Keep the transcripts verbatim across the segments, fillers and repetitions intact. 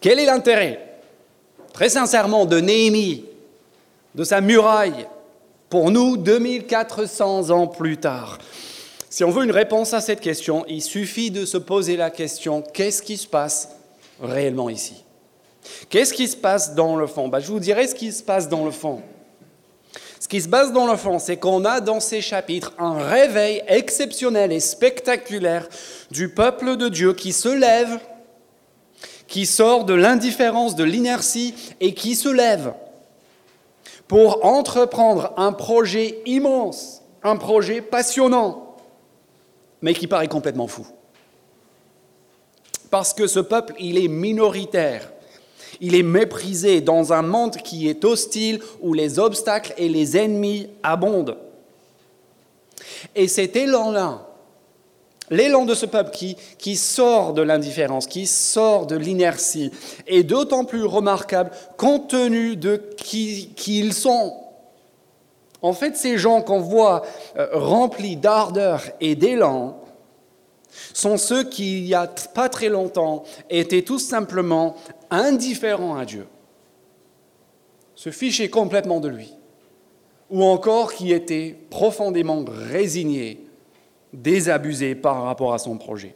Quel est l'intérêt, très sincèrement, de Néhémie, de sa muraille, pour nous, deux mille quatre cents ans plus tard? Si on veut une réponse à cette question, il suffit de se poser la question, qu'est-ce qui se passe réellement ici? Qu'est-ce qui se passe dans le fond? Ben, je vous dirai ce qui se passe dans le fond. Ce qui se passe dans le fond, c'est qu'on a dans ces chapitres un réveil exceptionnel et spectaculaire du peuple de Dieu qui se lève, qui sort de l'indifférence, de l'inertie et qui se lève pour entreprendre un projet immense, un projet passionnant, mais qui paraît complètement fou. Parce que ce peuple, il est minoritaire. Il est méprisé dans un monde qui est hostile, où les obstacles et les ennemis abondent. Et cet élan-là, l'élan de ce peuple qui, qui sort de l'indifférence, qui sort de l'inertie, est d'autant plus remarquable compte tenu de qui, qui ils sont. En fait, ces gens qu'on voit euh, remplis d'ardeur et d'élan sont ceux qui, il n'y a pas très longtemps, étaient tout simplement indifférents à Dieu, se fichaient complètement de lui, ou encore qui étaient profondément résignés, désabusés par rapport à son projet.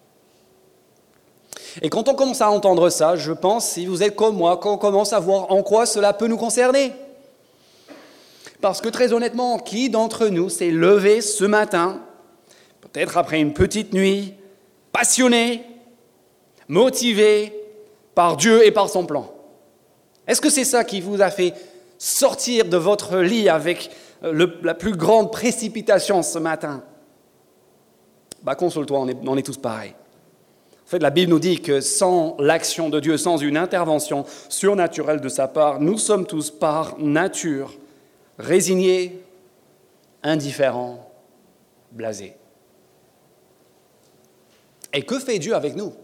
Et quand on commence à entendre ça, je pense, si vous êtes comme moi, qu'on commence à voir en quoi cela peut nous concerner. Parce que très honnêtement, qui d'entre nous s'est levé ce matin, peut-être après une petite nuit, passionné, motivé par Dieu et par son plan? Est-ce que c'est ça qui vous a fait sortir de votre lit avec le, la plus grande précipitation ce matin? Bah, console-toi, on est, on est tous pareils. En fait, la Bible nous dit que sans l'action de Dieu, sans une intervention surnaturelle de sa part, nous sommes tous par nature résignés, indifférents, blasés. Et que fait Dieu avec nous?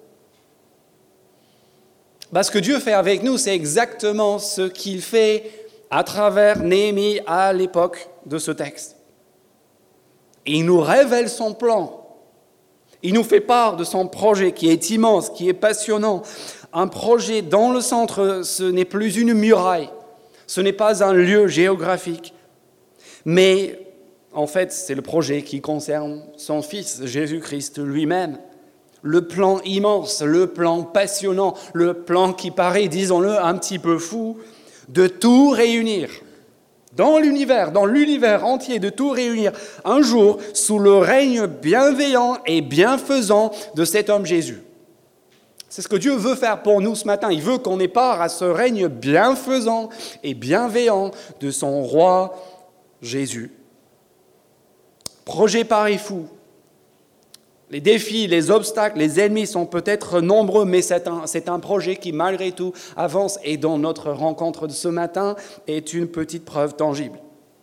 Ben, ce que Dieu fait avec nous, c'est exactement ce qu'il fait à travers Néhémie à l'époque de ce texte. Et il nous révèle son plan. Il nous fait part de son projet qui est immense, qui est passionnant. Un projet dont le centre, ce n'est plus une muraille, ce n'est pas un lieu géographique, mais en fait, c'est le projet qui concerne son Fils, Jésus-Christ lui-même. Le plan immense, le plan passionnant, le plan qui paraît, disons-le, un petit peu fou, de tout réunir dans l'univers, dans l'univers entier, de tout réunir un jour sous le règne bienveillant et bienfaisant de cet homme Jésus. C'est ce que Dieu veut faire pour nous ce matin. Il veut qu'on ait part à ce règne bienfaisant et bienveillant de son roi Jésus. Projet pareil fou. Les défis, les obstacles, les ennemis sont peut-être nombreux, mais c'est un, c'est un projet qui, malgré tout, avance et dont notre rencontre de ce matin est une petite preuve tangible.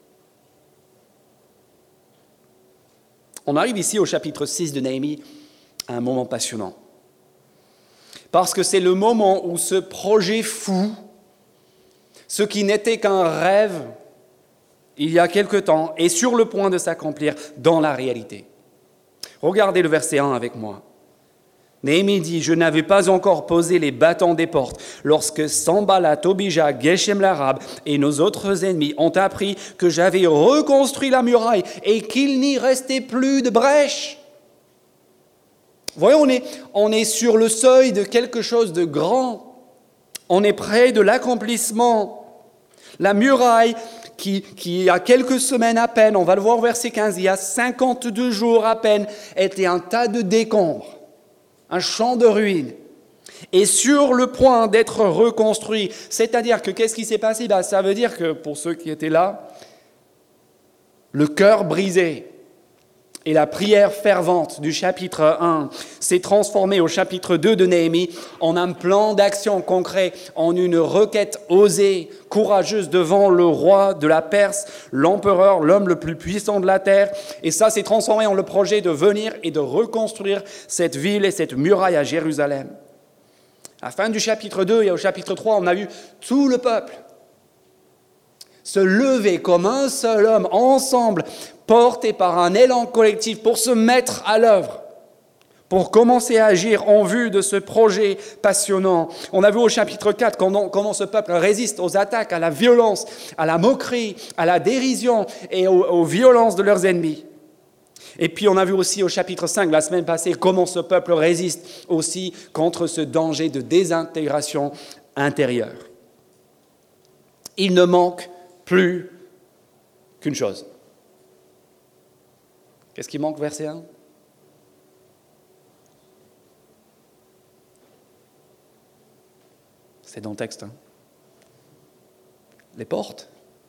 On arrive ici au chapitre six de Néhémie, à un moment passionnant. Parce que c'est le moment où ce projet fou, ce qui n'était qu'un rêve il y a quelque temps, est sur le point de s'accomplir dans la réalité. Regardez le verset un avec moi. Néhémie dit, « Je n'avais pas encore posé les battants des portes lorsque Sanballat, Tobija, Geshem l'Arabe et nos autres ennemis ont appris que j'avais reconstruit la muraille et qu'il n'y restait plus de brèche. » Voyons, on est, on est sur le seuil de quelque chose de grand. On est près de l'accomplissement. La muraille Qui, qui, il y a quelques semaines à peine, on va le voir au verset quinze, il y a cinquante-deux jours à peine, était un tas de décombres, un champ de ruines, et sur le point d'être reconstruit. C'est-à-dire que qu'est-ce qui s'est passé? Ben, ça veut dire que, pour ceux qui étaient là, le cœur brisé et la prière fervente du chapitre un s'est transformée au chapitre deux de Néhémie en un plan d'action concret, en une requête osée, courageuse devant le roi de la Perse, l'empereur, l'homme le plus puissant de la terre. Et ça s'est transformé en le projet de venir et de reconstruire cette ville et cette muraille à Jérusalem. À la fin du chapitre deux et au chapitre trois, on a vu tout le peuple se lever comme un seul homme, ensemble, porté par un élan collectif pour se mettre à l'œuvre, pour commencer à agir en vue de ce projet passionnant. On a vu au chapitre quatre comment, comment ce peuple résiste aux attaques, à la violence, à la moquerie, à la dérision et aux, aux violences de leurs ennemis. Et puis on a vu aussi au chapitre cinq, la semaine passée, comment ce peuple résiste aussi contre ce danger de désintégration intérieure. Il ne manque plus qu'une chose. Qu'est-ce qui manque, verset un? C'est dans le texte. Hein. Les portes.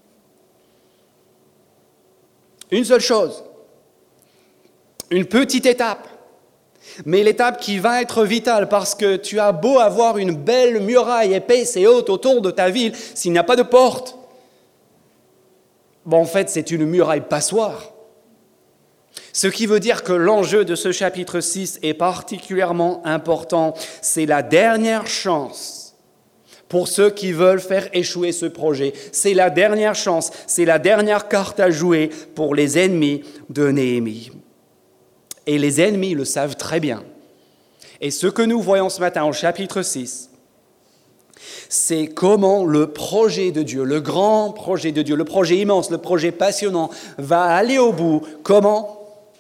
Une seule chose. Une petite étape. Mais l'étape qui va être vitale parce que tu as beau avoir une belle muraille épaisse et haute autour de ta ville, s'il n'y a pas de porte, bon, en fait, c'est une muraille passoire. Ce qui veut dire que l'enjeu de ce chapitre six est particulièrement important. C'est la dernière chance pour ceux qui veulent faire échouer ce projet. C'est la dernière chance, c'est la dernière carte à jouer pour les ennemis de Néhémie. Et les ennemis le savent très bien. Et ce que nous voyons ce matin au chapitre six, c'est comment le projet de Dieu, le grand projet de Dieu, le projet immense, le projet passionnant, va aller au bout. Comment ?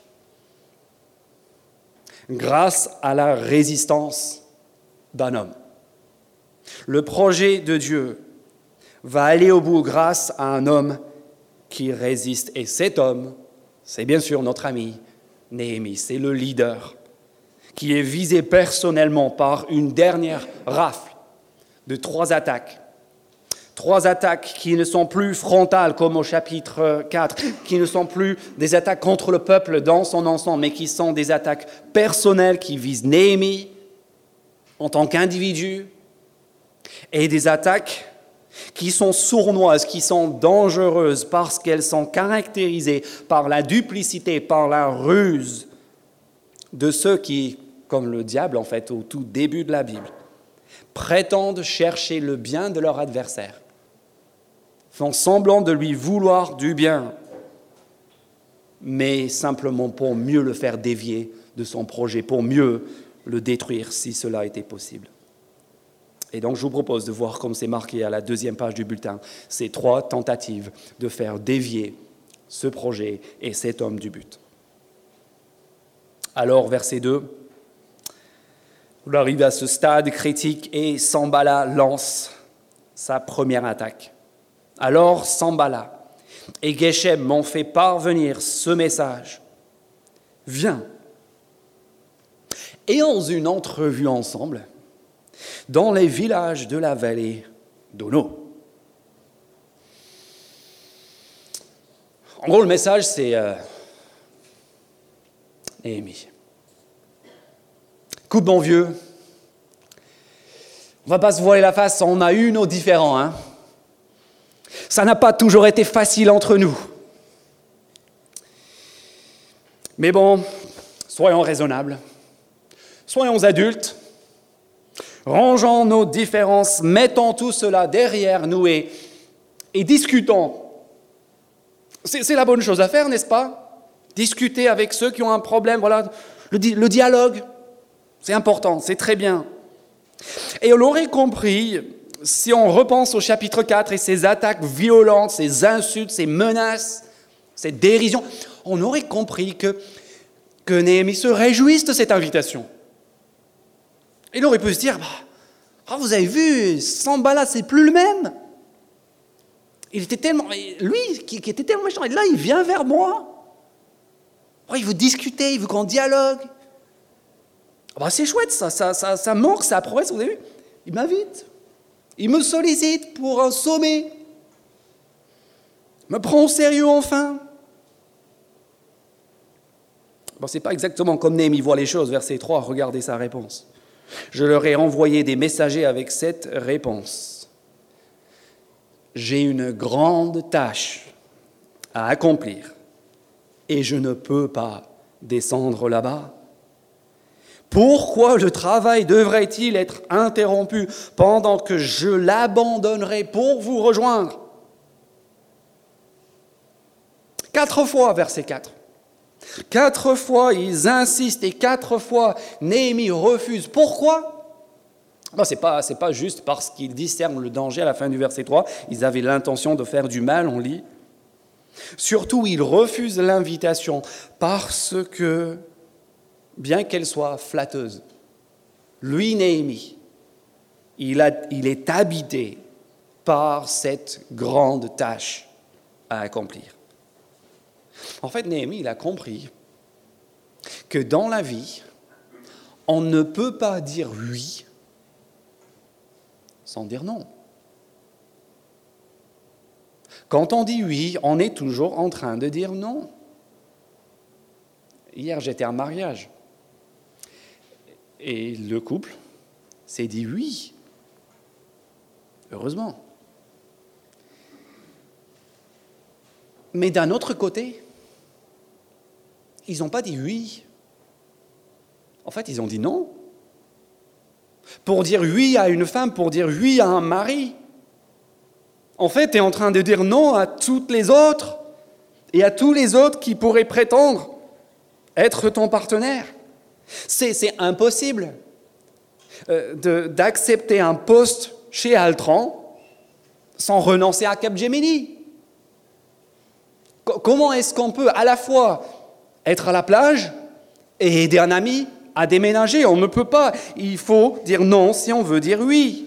Grâce à la résistance d'un homme. Le projet de Dieu va aller au bout grâce à un homme qui résiste. Et cet homme, c'est bien sûr notre ami Néhémie, c'est le leader qui est visé personnellement par une dernière rafle de trois attaques. Trois attaques qui ne sont plus frontales comme au chapitre quatre, qui ne sont plus des attaques contre le peuple dans son ensemble, mais qui sont des attaques personnelles qui visent Néhémie en tant qu'individu, et des attaques qui sont sournoises, qui sont dangereuses parce qu'elles sont caractérisées par la duplicité, par la ruse de ceux qui, comme le diable en fait au tout début de la Bible, prétendent chercher le bien de leur adversaire, font semblant de lui vouloir du bien, mais simplement pour mieux le faire dévier de son projet, pour mieux le détruire si cela était possible. Et donc je vous propose de voir, comme c'est marqué à la deuxième page du bulletin, ces trois tentatives de faire dévier ce projet et cet homme du but. Alors, verset deux, on arrive à ce stade critique et Sanballat lance sa première attaque. Alors Sanballat et Geshem m'ont fait parvenir ce message. Viens. Ayons une entrevue ensemble dans les villages de la vallée d'Ono. En gros, le message, c'est euh, Néhémie. Écoute, mon vieux, on ne va pas se voiler la face, on a eu nos différends. Hein. Ça n'a pas toujours été facile entre nous. Mais bon, soyons raisonnables, soyons adultes, rangeons nos différences, mettons tout cela derrière nous et, et discutons. C'est, c'est la bonne chose à faire, n'est-ce pas ? Discuter avec ceux qui ont un problème, voilà, le, le dialogue, c'est important, c'est très bien. Et on l'aurait compris si on repense au chapitre quatre et ces attaques violentes, ces insultes, ces menaces, ces dérisions, on aurait compris que, que Néhémie se réjouisse de cette invitation. Il aurait pu se dire, bah, oh, vous avez vu, Sanballat, c'est plus le même. Il était tellement, lui, qui, qui était tellement méchant, et là, il vient vers moi. Oh, il veut discuter, il veut qu'on dialogue. Oh, bah, c'est chouette, ça, ça, ça, ça manque, ça progresse, vous avez vu. Il m'invite, il me sollicite pour un sommet. Il me prend au sérieux enfin. Bon, c'est pas exactement comme Néhémie voit les choses, verset trois, regardez sa réponse. Je leur ai envoyé des messagers avec cette réponse. J'ai une grande tâche à accomplir et je ne peux pas descendre là-bas. Pourquoi le travail devrait-il être interrompu pendant que je l'abandonnerai pour vous rejoindre ? Quatre fois, verset quatre. Quatre fois, ils insistent et quatre fois, Néhémie refuse. Pourquoi ? Bon, ce n'est pas, c'est pas juste parce qu'ils discernent le danger à la fin du verset trois. Ils avaient l'intention de faire du mal, on lit. Surtout, ils refusent l'invitation parce que, bien qu'elle soit flatteuse, lui, Néhémie, il, a, il est habité par cette grande tâche à accomplir. En fait, Néhémie, il a compris que dans la vie, on ne peut pas dire oui sans dire non. Quand on dit oui, on est toujours en train de dire non. Hier, j'étais à un mariage et le couple s'est dit oui. Heureusement. Mais d'un autre côté, ils n'ont pas dit oui. En fait, ils ont dit non. Pour dire oui à une femme, pour dire oui à un mari, en fait, tu es en train de dire non à toutes les autres et à tous les autres qui pourraient prétendre être ton partenaire. C'est, c'est impossible euh, de, d'accepter un poste chez Altran sans renoncer à Capgemini. C- comment est-ce qu'on peut à la fois être à la plage et aider un ami à déménager? On ne peut pas. Il faut dire non si on veut dire oui.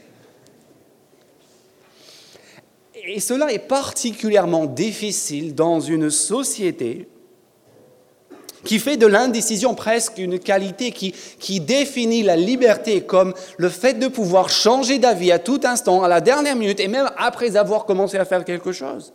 Et cela est particulièrement difficile dans une société qui fait de l'indécision presque une qualité, qui, qui définit la liberté comme le fait de pouvoir changer d'avis à tout instant, à la dernière minute, et même après avoir commencé à faire quelque chose.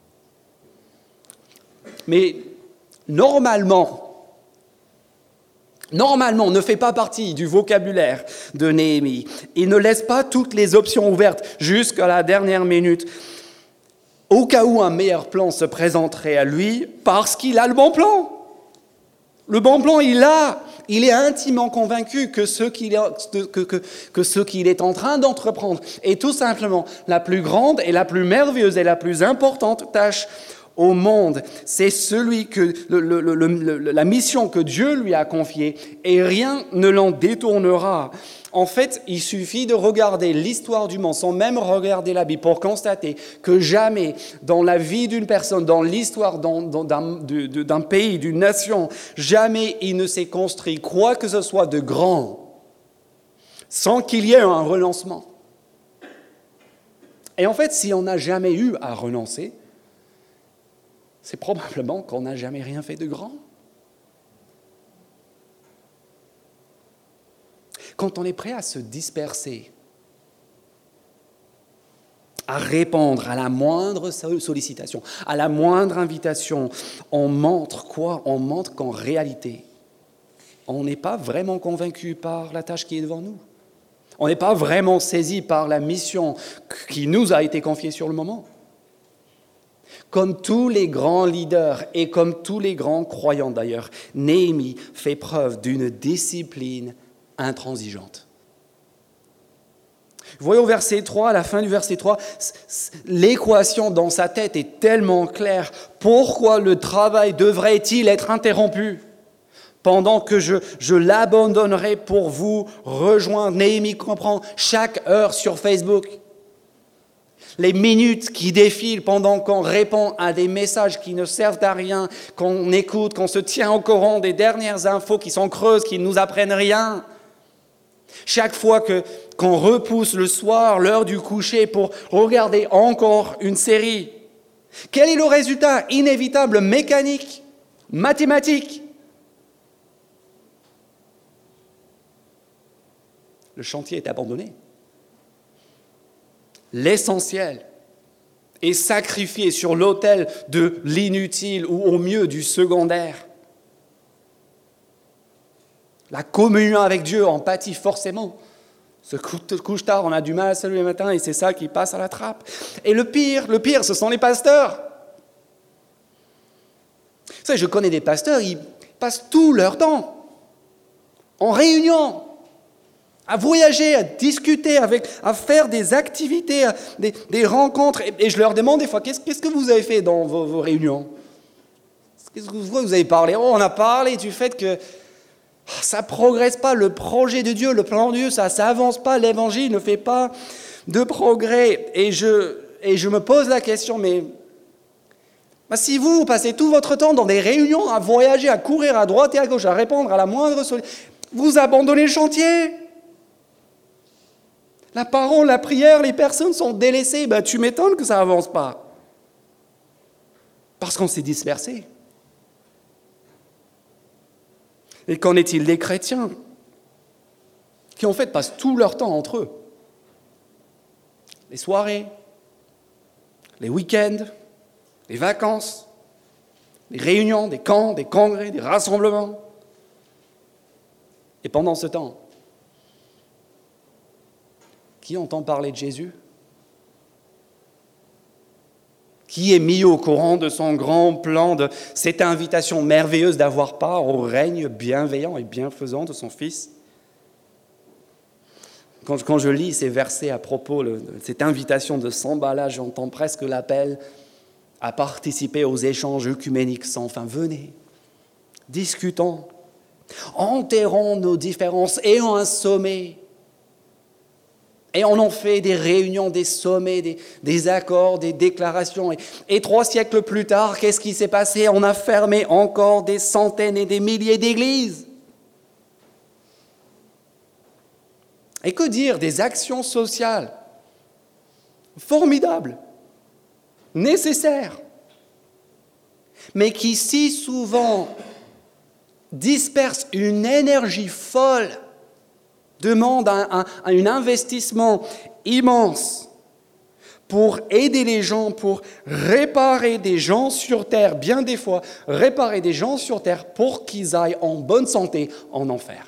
Mais normalement, normalement, ne fait pas partie du vocabulaire de Néhémie. Il ne laisse pas toutes les options ouvertes jusqu'à la dernière minute, au cas où un meilleur plan se présenterait à lui, parce qu'il a le bon plan. Le bon plan, il l'a. Il est intimement convaincu que ce qu'il est, que, que, que ce qu'il est en train d'entreprendre est tout simplement la plus grande et la plus merveilleuse et la plus importante tâche au monde. C'est celui que le, le, le, le, la mission que Dieu lui a confiée, et rien ne l'en détournera. En fait, il suffit de regarder l'histoire du monde, sans même regarder la Bible, pour constater que jamais dans la vie d'une personne, dans l'histoire d'un, d'un, d'un pays, d'une nation, jamais il ne s'est construit quoi que ce soit de grand sans qu'il y ait un relancement. Et en fait, si on n'a jamais eu à relancer, c'est probablement qu'on n'a jamais rien fait de grand. Quand on est prêt à se disperser, à répondre à la moindre sollicitation, à la moindre invitation, on montre quoi ? On montre qu'en réalité, on n'est pas vraiment convaincu par la tâche qui est devant nous. On n'est pas vraiment saisi par la mission qui nous a été confiée sur le moment. Comme tous les grands leaders et comme tous les grands croyants d'ailleurs, Néhémie fait preuve d'une discipline intransigeante. Vous voyez au verset trois, à la fin du verset trois, l'équation dans sa tête est tellement claire. Pourquoi le travail devrait-il être interrompu pendant que je, je l'abandonnerai pour vous rejoindre? Néhémie comprend chaque heure sur Facebook. Les minutes qui défilent pendant qu'on répond à des messages qui ne servent à rien, qu'on écoute, qu'on se tient au courant des dernières infos qui sont creuses, qui ne nous apprennent rien. Chaque fois que, qu'on repousse le soir, l'heure du coucher pour regarder encore une série. Quel est le résultat inévitable, mécanique, mathématique ? Le chantier est abandonné. L'essentiel est sacrifié sur l'autel de l'inutile ou au mieux du secondaire. La communion avec Dieu en pâtit forcément. Se couche tard, on a du mal à se lever le matin et c'est ça qui passe à la trappe. Et le pire, le pire, ce sont les pasteurs. Vous savez, je connais des pasteurs, ils passent tout leur temps en réunion, à voyager, à discuter, avec, à faire des activités, des, des rencontres. Et, et je leur demande des fois, qu'est-ce, qu'est-ce que vous avez fait dans vos, vos réunions ? Qu'est-ce que vous avez parlé? Oh, on a parlé du fait que ça ne progresse pas, le projet de Dieu, le plan de Dieu, ça n'avance pas, l'évangile ne fait pas de progrès. Et je, et je me pose la question, mais bah, si vous, vous passez tout votre temps dans des réunions, à voyager, à courir à droite et à gauche, à répondre à la moindre sollicitude, vous abandonnez le chantier. La parole, la prière, les personnes sont délaissées. Ben, tu m'étonnes que ça n'avance pas. Parce qu'on s'est dispersé. Et qu'en est-il des chrétiens qui, en fait, passent tout leur temps entre eux? Les soirées, les week-ends, les vacances, les réunions, des camps, des congrès, des rassemblements. Et pendant ce temps, qui entend parler de Jésus? Qui est mis au courant de son grand plan, de cette invitation merveilleuse d'avoir part au règne bienveillant et bienfaisant de son Fils? Quand, quand je lis ces versets à propos de cette invitation de Sambala, j'entends presque l'appel à participer aux échanges œcuméniques sans fin. Venez, discutons, enterrons nos différences, ayons un sommet. Et on en fait des réunions, des sommets, des, des accords, des déclarations. Et, et trois siècles plus tard, qu'est-ce qui s'est passé? On a fermé encore des centaines et des milliers d'églises. Et que dire des actions sociales formidables, nécessaires, mais qui si souvent dispersent une énergie folle, demandent un, un, un investissement immense pour aider les gens, pour réparer des gens sur terre, bien des fois, réparer des gens sur terre pour qu'ils aillent en bonne santé en enfer.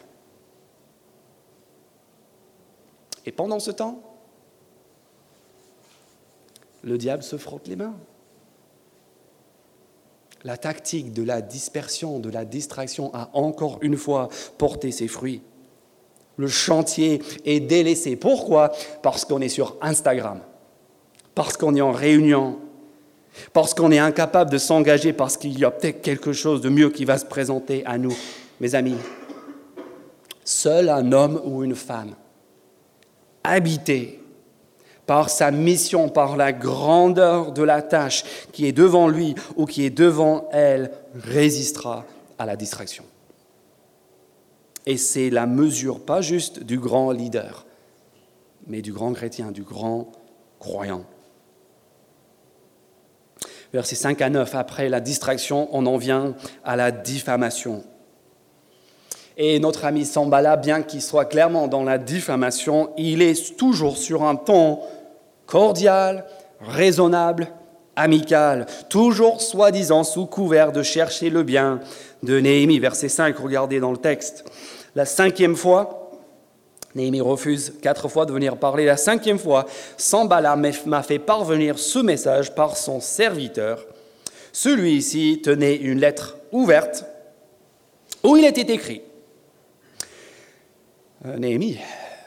Et pendant ce temps, le diable se frotte les mains. La tactique de la dispersion, de la distraction a encore une fois porté ses fruits. Le chantier est délaissé. Pourquoi? Parce qu'on est sur Instagram, parce qu'on est en réunion, parce qu'on est incapable de s'engager, parce qu'il y a peut-être quelque chose de mieux qui va se présenter à nous. Mes amis, seul un homme ou une femme habité par sa mission, par la grandeur de la tâche qui est devant lui ou qui est devant elle, résistera à la distraction. Et c'est la mesure, pas juste du grand leader, mais du grand chrétien, du grand croyant. Versets cinq à neuf, après la distraction, on en vient à la diffamation. Et notre ami Sambala, bien qu'il soit clairement dans la diffamation, il est toujours sur un ton cordial, raisonnable, amical, toujours soi-disant sous couvert de chercher le bien de Néhémie. Verset cinq, regardez dans le texte. La cinquième fois, Néhémie refuse quatre fois de venir parler. La cinquième fois, Sambala m'a fait parvenir ce message par son serviteur. Celui-ci tenait une lettre ouverte où il était écrit: euh, Néhémie,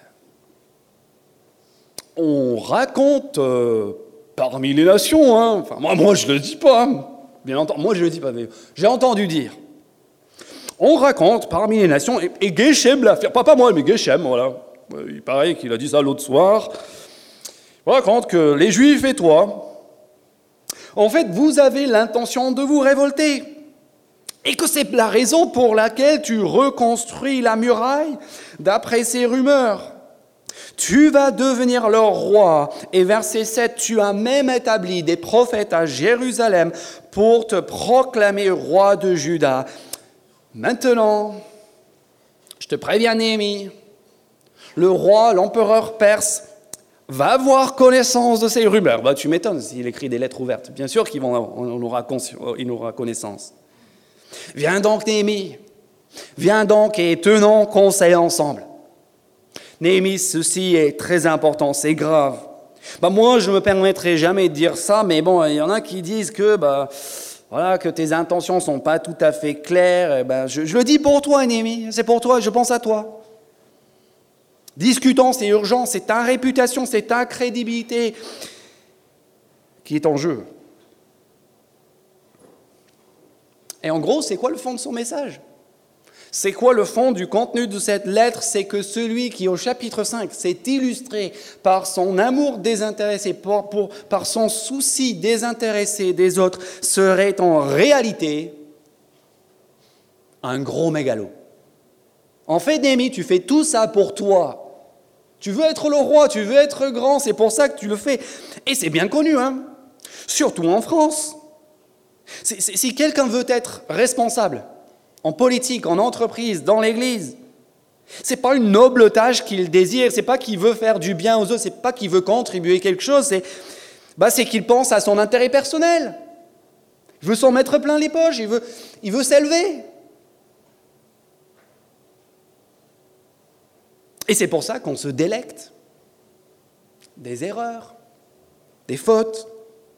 on raconte euh, parmi les nations, hein, enfin moi, moi je ne le dis pas, hein, bien entendu, moi je ne le dis pas, mais j'ai entendu dire. On raconte parmi les nations, et, et Geshem l'a fait, pas, pas moi, mais Geshem, voilà. Il paraît qu'il a dit ça l'autre soir. On raconte que les Juifs et toi, en fait, vous avez l'intention de vous révolter. Et que c'est la raison pour laquelle tu reconstruis la muraille, d'après ces rumeurs. Tu vas devenir leur roi. Et verset sept, tu as même établi des prophètes à Jérusalem pour te proclamer roi de Juda. Maintenant, je te préviens, Néhémie, le roi, l'empereur perse, va avoir connaissance de ces rumeurs. Bah, tu m'étonnes s'il écrit des lettres ouvertes. Bien sûr qu'il aura, il aura connaissance. Viens donc, Néhémie, viens donc et tenons conseil ensemble. Néhémie, ceci est très important, c'est grave. Bah, moi, je ne me permettrai jamais de dire ça, mais bon, il y en a qui disent que... Bah, Voilà, que tes intentions ne sont pas tout à fait claires. Eh ben, je, je le dis pour toi, Néhémie, c'est pour toi, je pense à toi. Discutons, c'est urgent, c'est ta réputation, c'est ta crédibilité qui est en jeu. Et en gros, c'est quoi le fond de son message ? C'est quoi le fond du contenu de cette lettre ? C'est que celui qui, au chapitre cinq, s'est illustré par son amour désintéressé, pour, pour, par son souci désintéressé des autres, serait en réalité un gros mégalo. En fait, Néhémie, tu fais tout ça pour toi. Tu veux être le roi, tu veux être grand, c'est pour ça que tu le fais. Et c'est bien connu, hein ? Surtout en France. C'est, c'est, si quelqu'un veut être responsable, en politique, en entreprise, dans l'Église, c'est pas une noble tâche qu'il désire, c'est pas qu'il veut faire du bien aux autres, c'est pas qu'il veut contribuer quelque chose, c'est, bah c'est qu'il pense à son intérêt personnel. Il veut s'en mettre plein les poches, il veut, il veut s'élever. Et c'est pour ça qu'on se délecte des erreurs, des fautes,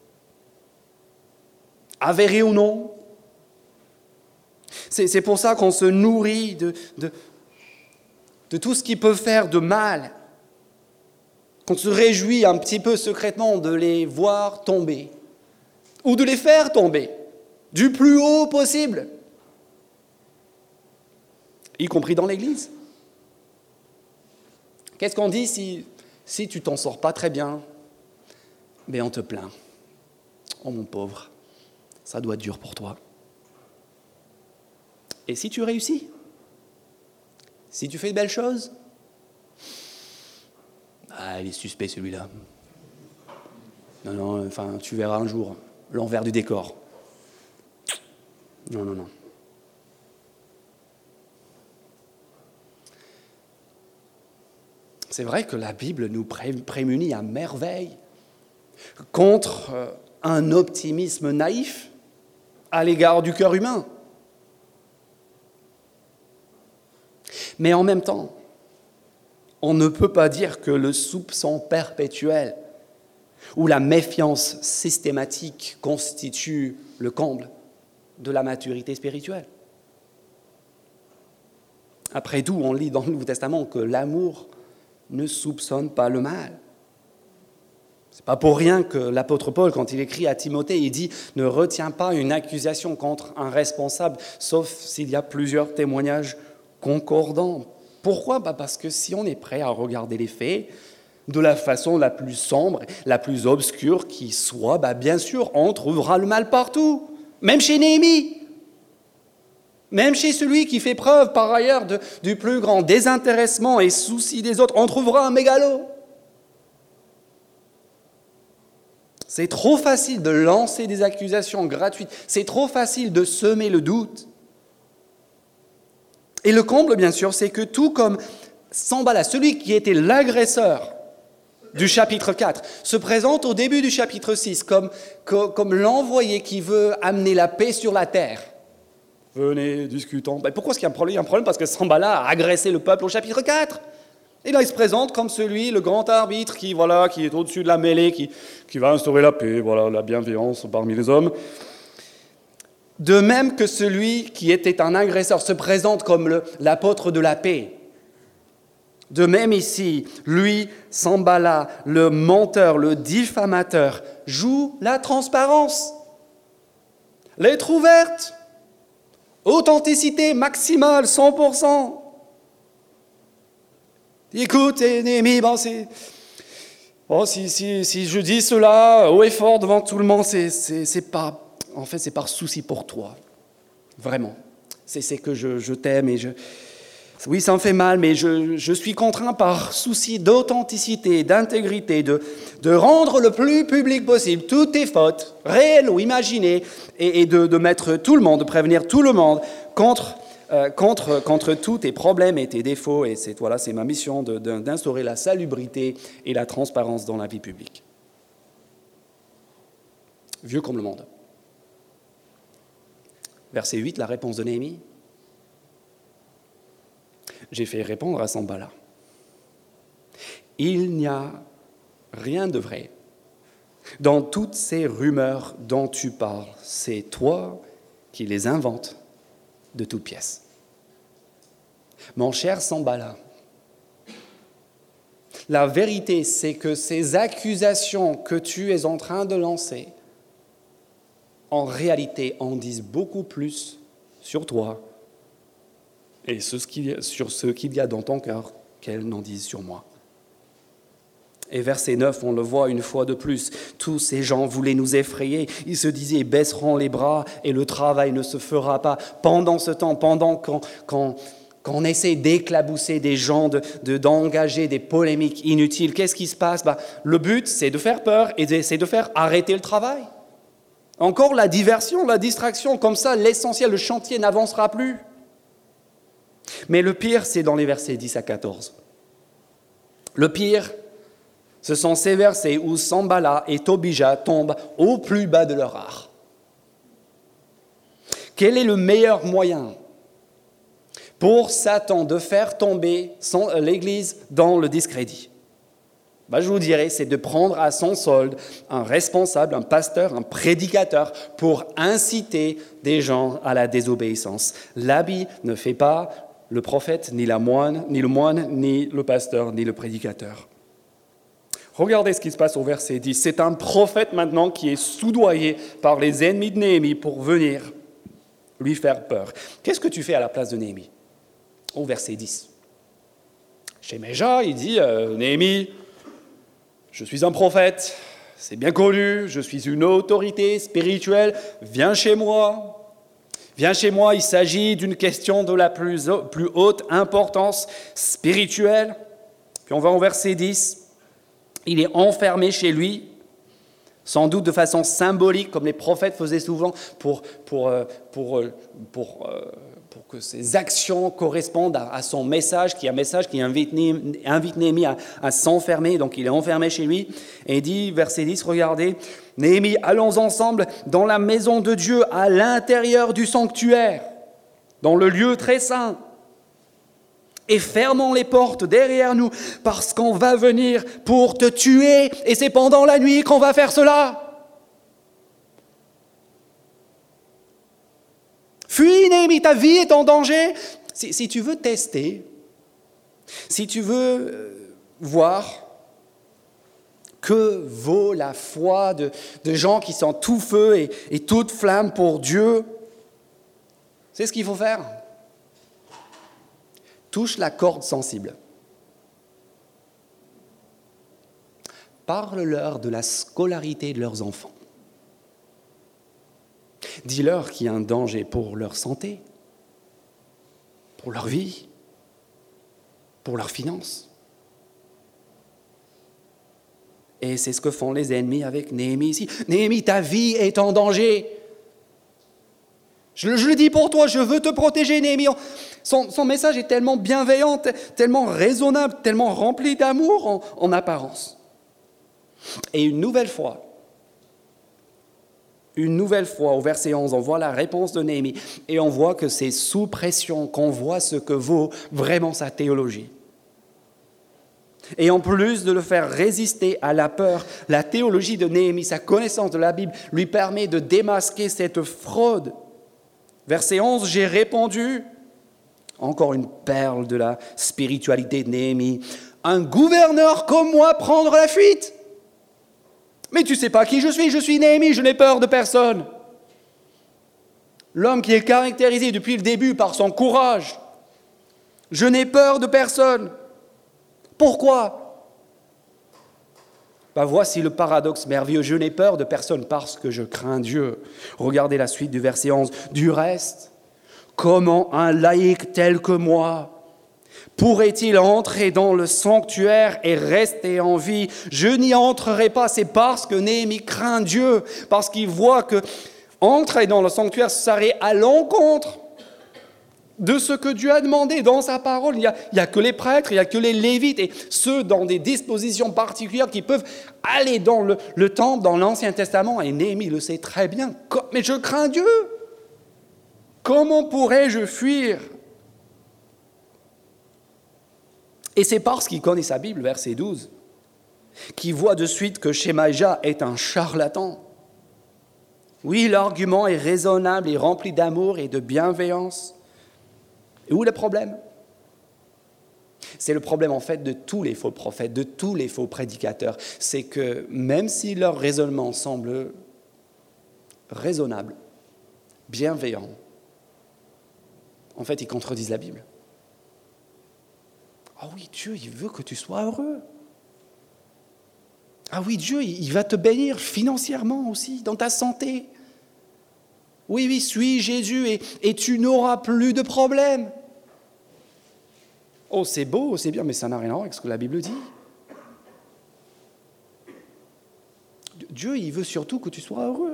avérées ou non. C'est, c'est pour ça qu'on se nourrit de, de, de tout ce qui peut faire de mal, qu'on se réjouit un petit peu secrètement de les voir tomber, ou de les faire tomber, du plus haut possible, y compris dans l'Église. Qu'est-ce qu'on dit si, si tu t'en sors pas très bien ? Mais on te plaint. Oh mon pauvre, ça doit être dur pour toi. Et si tu réussis ? Si tu fais de belles choses ? Ah, il est suspect celui-là. Non, non, enfin, tu verras un jour l'envers du décor. Non, non, non. C'est vrai que la Bible nous pré- prémunit à merveille contre euh, un optimisme naïf à l'égard du cœur humain. Mais en même temps, on ne peut pas dire que le soupçon perpétuel ou la méfiance systématique constitue le comble de la maturité spirituelle. Après tout, on lit dans le Nouveau Testament que l'amour ne soupçonne pas le mal. C'est pas pour rien que l'apôtre Paul, quand il écrit à Timothée, il dit « Ne retiens pas une accusation contre un responsable, sauf s'il y a plusieurs témoignages concordants. » Pourquoi ? Bah parce que si on est prêt à regarder les faits de la façon la plus sombre, la plus obscure qui soit, bah bien sûr, on trouvera le mal partout, même chez Néhémie. Même chez celui qui fait preuve, par ailleurs, de, du plus grand désintéressement et souci des autres, on trouvera un mégalo. C'est trop facile de lancer des accusations gratuites. C'est trop facile de semer le doute. Et le comble, bien sûr, c'est que tout comme Sanballat, celui qui était l'agresseur du chapitre quatre, se présente au début du chapitre six comme, comme, comme l'envoyé qui veut amener la paix sur la terre. Venez, discutons. Ben pourquoi est-ce qu'il y a un problème ? Il y a un problème parce que Sanballat a agressé le peuple au chapitre quatre. Et là, il se présente comme celui, le grand arbitre, qui, voilà, qui est au-dessus de la mêlée, qui, qui va instaurer la paix, voilà, la bienveillance parmi les hommes. De même que celui qui était un agresseur se présente comme le, l'apôtre de la paix. De même ici, lui, Sanballat, le menteur, le diffamateur, joue la transparence. Lettre ouverte. Authenticité maximale, cent pour cent. Écoute, Néhémie, bon, c'est... Bon, si, si, si je dis cela haut et fort devant tout le monde, c'est, c'est, c'est pas... En fait, c'est par souci pour toi. Vraiment. C'est, c'est que je, je t'aime et je... Oui, ça me fait mal, mais je, je suis contraint par souci d'authenticité, d'intégrité, de, de rendre le plus public possible toutes tes fautes, réelles ou imaginées, et, et de, de mettre tout le monde, de prévenir tout le monde contre, euh, contre, contre tous tes problèmes et tes défauts. Et c'est, voilà, c'est ma mission de, de, d'instaurer la salubrité et la transparence dans la vie publique. Vieux comme le monde. Verset huit, la réponse de Néhémie. J'ai fait répondre à Sanballat. Il n'y a rien de vrai dans toutes ces rumeurs dont tu parles. C'est toi qui les inventes de toutes pièces. Mon cher Sanballat, la vérité, c'est que ces accusations que tu es en train de lancer en réalité, en disent beaucoup plus sur toi et sur ce qu'il y a dans ton cœur qu'elles n'en disent sur moi. Et verset neuf, on le voit une fois de plus, tous ces gens voulaient nous effrayer. Ils se disaient, ils baisseront les bras et le travail ne se fera pas. Pendant ce temps, pendant qu'on, qu'on, qu'on essaie d'éclabousser des gens, de, de, d'engager des polémiques inutiles, qu'est-ce qui se passe? Bah, le but, c'est de faire peur et c'est de faire arrêter le travail. Encore la diversion, la distraction, comme ça, l'essentiel, le chantier n'avancera plus. Mais le pire, c'est dans les versets dix à quatorze. Le pire, ce sont ces versets où Sanballat et Tobija tombent au plus bas de leur art. Quel est le meilleur moyen pour Satan de faire tomber son, l'Église dans le discrédit? Ben, je vous dirais, c'est de prendre à son solde un responsable, un pasteur, un prédicateur pour inciter des gens à la désobéissance. L'habit ne fait pas le prophète, ni, la moine, ni le moine, ni le pasteur, ni le prédicateur. Regardez ce qui se passe au verset dix. C'est un prophète maintenant qui est soudoyé par les ennemis de Néhémie pour venir lui faire peur. Qu'est-ce que tu fais à la place de Néhémie? Au verset dix. Shemaïa, il dit, euh, Néhémie, je suis un prophète, c'est bien connu, je suis une autorité spirituelle, viens chez moi. Viens chez moi, il s'agit d'une question de la plus, plus haute importance spirituelle. Puis on va au verset dix. Il est enfermé chez lui, sans doute de façon symbolique, comme les prophètes faisaient souvent, pour, pour, pour, pour, pour que ses actions correspondent à, à son message, qui est un message qui invite Néhémie, invite Néhémie à, à s'enfermer. Donc il est enfermé chez lui. Et il dit, verset dix, regardez, Néhémie, allons ensemble dans la maison de Dieu, à l'intérieur du sanctuaire, dans le lieu très saint. Et fermons les portes derrière nous, parce qu'on va venir pour te tuer, et c'est pendant la nuit qu'on va faire cela. Fuis, Néhémie, ta vie est en danger. Si, si tu veux tester, si tu veux voir que vaut la foi de, de gens qui sont tout feu et, et toute flamme pour Dieu, c'est ce qu'il faut faire. Touche la corde sensible. Parle-leur de la scolarité de leurs enfants. Dis-leur qu'il y a un danger pour leur santé, pour leur vie, pour leurs finances. Et c'est ce que font les ennemis avec Néhémie ici. Néhémie, ta vie est en danger. Je, je le dis pour toi, je veux te protéger, Néhémie. Son, son message est tellement bienveillant, tellement raisonnable, tellement rempli d'amour en, en apparence. Et une nouvelle fois, une nouvelle fois, au verset onze, on voit la réponse de Néhémie et on voit que c'est sous pression qu'on voit ce que vaut vraiment sa théologie. Et en plus de le faire résister à la peur, la théologie de Néhémie, sa connaissance de la Bible, lui permet de démasquer cette fraude. Verset onze, j'ai répondu, encore une perle de la spiritualité de Néhémie, un gouverneur comme moi prendre la fuite. Mais tu ne sais pas qui je suis, je suis Néhémie, je n'ai peur de personne. L'homme qui est caractérisé depuis le début par son courage, je n'ai peur de personne. Pourquoi? Ben voici le paradoxe merveilleux. Je n'ai peur de personne parce que je crains Dieu. Regardez la suite du verset onze. Du reste, comment un laïc tel que moi pourrait-il entrer dans le sanctuaire et rester en vie? Je n'y entrerai pas. C'est parce que Néhémie craint Dieu, parce qu'il voit que entrer dans le sanctuaire, ça serait à l'encontre de ce que Dieu a demandé dans sa parole. Il n'y a, il y a que les prêtres, il n'y a que les lévites, et ceux dans des dispositions particulières qui peuvent aller dans le, le temple, dans l'Ancien Testament. Et Néhémie le sait très bien. Mais je crains Dieu. Comment pourrais-je fuir? Et c'est parce qu'il connaît sa Bible, verset douze, qu'il voit de suite que Shemaïa est un charlatan. Oui, l'argument est raisonnable et rempli d'amour et de bienveillance. Et où est le problème? C'est le problème en fait de tous les faux prophètes, de tous les faux prédicateurs. C'est que même si leur raisonnement semble raisonnables, bienveillants, en fait, ils contredisent la Bible. Ah oui, Dieu, il veut que tu sois heureux. Ah oui, Dieu, il va te bénir financièrement aussi, dans ta santé. Oui, oui, suis Jésus et, et tu n'auras plus de problème. Oh, c'est beau, c'est bien, mais ça n'a rien à voir avec ce que la Bible dit. Dieu, il veut surtout que tu sois heureux.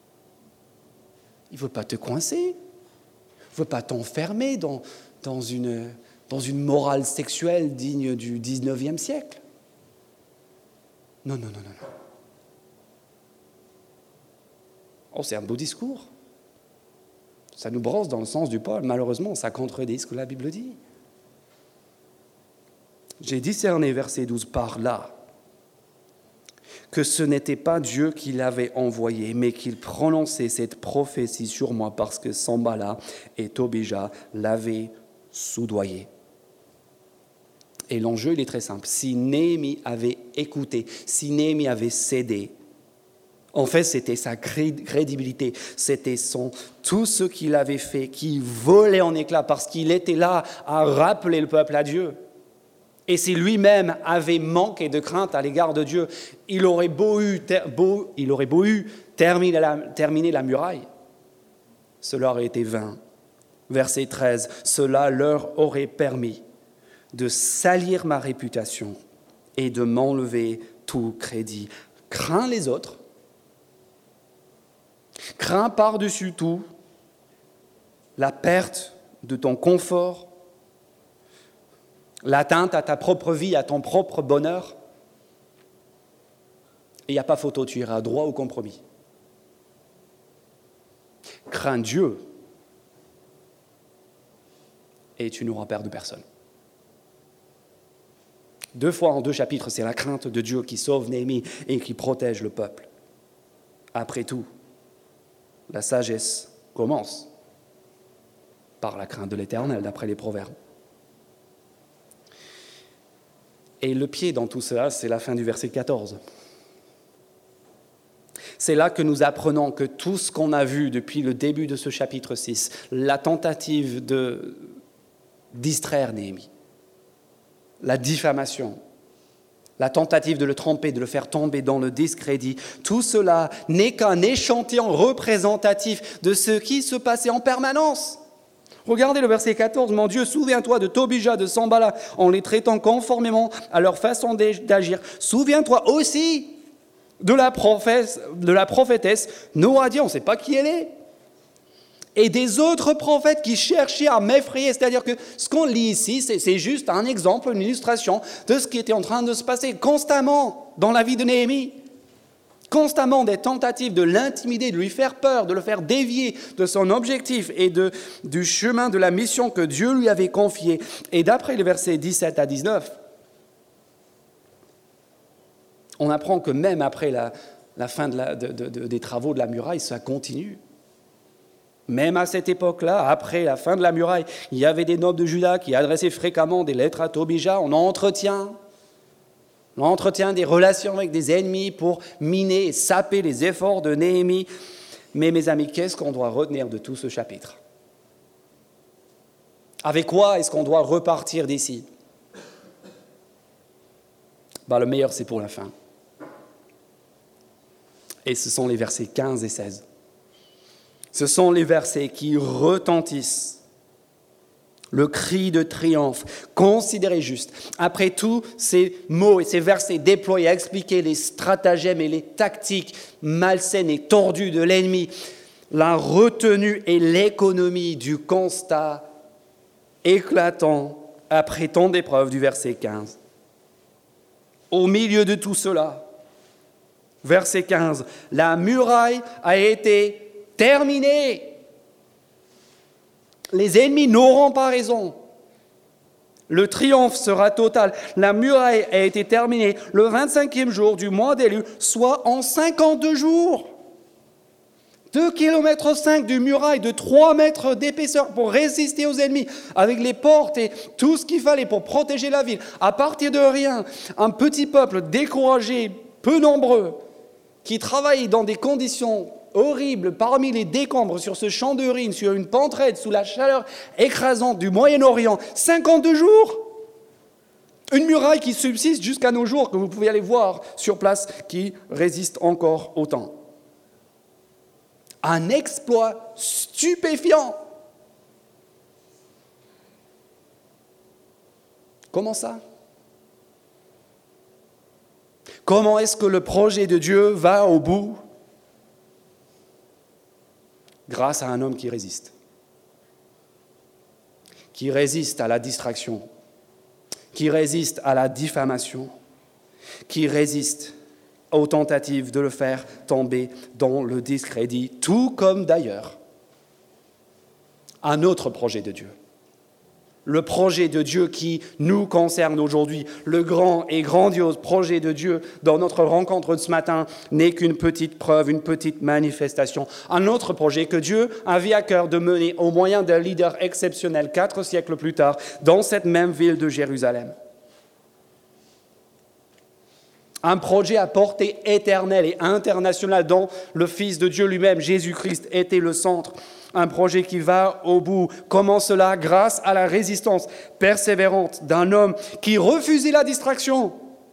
Il ne veut pas te coincer. Il ne veut pas t'enfermer dans, dans, une, dans une morale sexuelle digne du dix-neuvième siècle. Non, non, non, non, non. Oh, c'est un beau discours. Ça nous brosse dans le sens du poil. Malheureusement, ça contredit ce que la Bible dit. J'ai discerné, verset douze, par là, que ce n'était pas Dieu qui l'avait envoyé, mais qu'il prononçait cette prophétie sur moi parce que Sanballat et Tobija l'avaient soudoyé. Et l'enjeu, il est très simple. Si Néhémie avait écouté, si Néhémie avait cédé, en fait, c'était sa crédibilité, c'était son, tout ce qu'il avait fait qui volait en éclats parce qu'il était là à rappeler le peuple à Dieu. Et si lui-même avait manqué de crainte à l'égard de Dieu, il aurait beau eu, ter, beau, il aurait beau eu terminer, la, terminer la muraille, cela aurait été vain. Verset treize, cela leur aurait permis de salir ma réputation et de m'enlever tout crédit. Crains les autres, crains par-dessus tout la perte de ton confort, l'atteinte à ta propre vie, à ton propre bonheur. Et il n'y a pas photo, tu iras droit au compromis. Crains Dieu et tu n'auras peur de personne. Deux fois en deux chapitres, c'est la crainte de Dieu qui sauve Néhémie et qui protège le peuple. Après tout, la sagesse commence par la crainte de l'Éternel, d'après les Proverbes. Et le pied dans tout cela, c'est la fin du verset quatorze. C'est là que nous apprenons que tout ce qu'on a vu depuis le début de ce chapitre six, la tentative de distraire Néhémie, la diffamation, la tentative de le tromper, de le faire tomber dans le discrédit, tout cela n'est qu'un échantillon représentatif de ce qui se passait en permanence. Regardez le verset quatorze. « Mon Dieu, souviens-toi de Tobija, de Sanballat, en les traitant conformément à leur façon d'agir. Souviens-toi aussi de la, prophète, de la prophétesse Noadia, on ne sait pas qui elle est, et des autres prophètes qui cherchaient à m'effrayer. » C'est-à-dire que ce qu'on lit ici, c'est, c'est juste un exemple, une illustration de ce qui était en train de se passer constamment dans la vie de Néhémie. Constamment des tentatives de l'intimider, de lui faire peur, de le faire dévier de son objectif et de, du chemin de la mission que Dieu lui avait confiée. Et d'après les versets dix-sept à dix-neuf, on apprend que même après la, la fin de la, de, de, de, des travaux de la muraille, ça continue. Même à cette époque-là, après la fin de la muraille, il y avait des nobles de Juda qui adressaient fréquemment des lettres à Tobija en entretien. L'entretien des relations avec des ennemis pour miner et saper les efforts de Néhémie. Mais mes amis, qu'est-ce qu'on doit retenir de tout ce chapitre ? Avec quoi est-ce qu'on doit repartir d'ici ? Ben, le meilleur, c'est pour la fin. Et ce sont les versets quinze et seize. Ce sont les versets qui retentissent. Le cri de triomphe, considérez juste. Après tous ces mots et ces versets déployés à expliquer les stratagèmes et les tactiques malsaines et tordues de l'ennemi, la retenue et l'économie du constat éclatant après tant d'épreuves du verset quinze. Au milieu de tout cela, verset quinze, la muraille a été terminée. Les ennemis n'auront pas raison. Le triomphe sera total. La muraille a été terminée le vingt-cinquième jour du mois d'Élul, soit en cinquante-deux jours. deux virgule cinq kilomètres de muraille de trois mètres d'épaisseur pour résister aux ennemis, avec les portes et tout ce qu'il fallait pour protéger la ville. À partir de rien, un petit peuple découragé, peu nombreux, qui travaille dans des conditions horrible parmi les décombres sur ce champ d'urine, sur une pente raide, sous la chaleur écrasante du Moyen-Orient, cinquante-deux jours. Une muraille qui subsiste jusqu'à nos jours, que vous pouvez aller voir sur place, qui résiste encore autant. Un exploit stupéfiant. Comment ça ? Comment est-ce que le projet de Dieu va au bout ? Grâce à un homme qui résiste. Qui résiste à la distraction. Qui résiste à la diffamation. Qui résiste aux tentatives de le faire tomber dans le discrédit, tout comme d'ailleurs un autre projet de Dieu. Le projet de Dieu qui nous concerne aujourd'hui, le grand et grandiose projet de Dieu dans notre rencontre de ce matin n'est qu'une petite preuve, une petite manifestation. Un autre projet que Dieu avait à cœur de mener au moyen d'un leader exceptionnel quatre siècles plus tard dans cette même ville de Jérusalem. Un projet à portée éternelle et internationale dont le Fils de Dieu lui-même, Jésus-Christ, était le centre. Un projet qui va au bout. Comment cela ? Grâce à la résistance persévérante d'un homme qui refusait la distraction.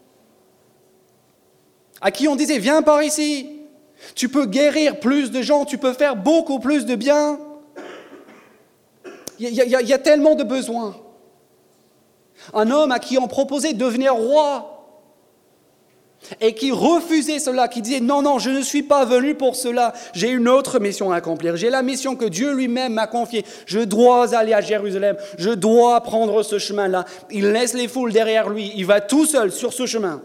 À qui on disait, viens par ici. Tu peux guérir plus de gens, tu peux faire beaucoup plus de bien. Il y, y, y a tellement de besoins. Un homme à qui on proposait de devenir roi. Et qui refusait cela, qui disait « Non, non, je ne suis pas venu pour cela, j'ai une autre mission à accomplir, j'ai la mission que Dieu lui-même m'a confiée, je dois aller à Jérusalem, je dois prendre ce chemin-là. » Il laisse les foules derrière lui, il va tout seul sur ce chemin.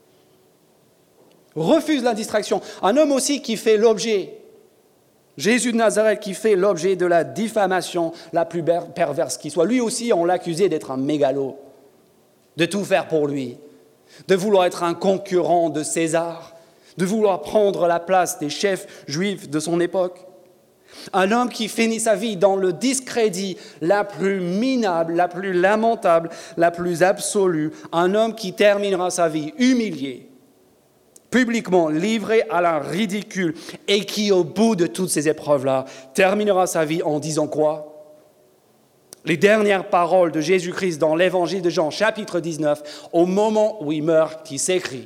Refuse la distraction. Un homme aussi qui fait l'objet, Jésus de Nazareth, qui fait l'objet de la diffamation la plus perverse qui soit. Lui aussi, on l'accusait d'être un mégalo, de tout faire pour lui. De vouloir être un concurrent de César, de vouloir prendre la place des chefs juifs de son époque. Un homme qui finit sa vie dans le discrédit la plus minable, la plus lamentable, la plus absolue. Un homme qui terminera sa vie humilié, publiquement livré à la ridicule et qui, au bout de toutes ces épreuves-là, terminera sa vie en disant quoi ? Les dernières paroles de Jésus-Christ dans l'Évangile de Jean, chapitre dix-neuf, au moment où il meurt, qui s'écrit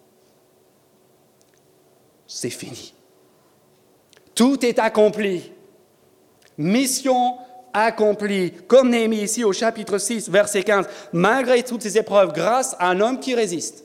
« C'est fini. Tout est accompli. Mission accomplie. » Comme Néhémie ici au chapitre six, verset quinze, malgré toutes ces épreuves, grâce à un homme qui résiste,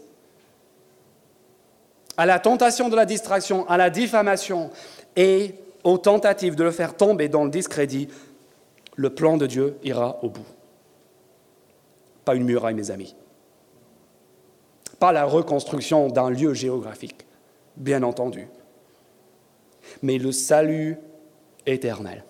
à la tentation de la distraction, à la diffamation et aux tentatives de le faire tomber dans le discrédit, le plan de Dieu ira au bout. Pas une muraille, mes amis. Pas la reconstruction d'un lieu géographique, bien entendu. Mais le salut éternel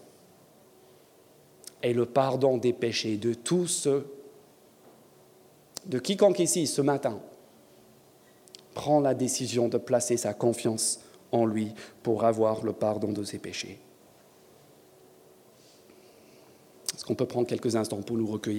et le pardon des péchés de tous ceux, de quiconque ici ce matin, prend la décision de placer sa confiance en lui pour avoir le pardon de ses péchés. Est-ce qu'on peut prendre quelques instants pour nous recueillir ?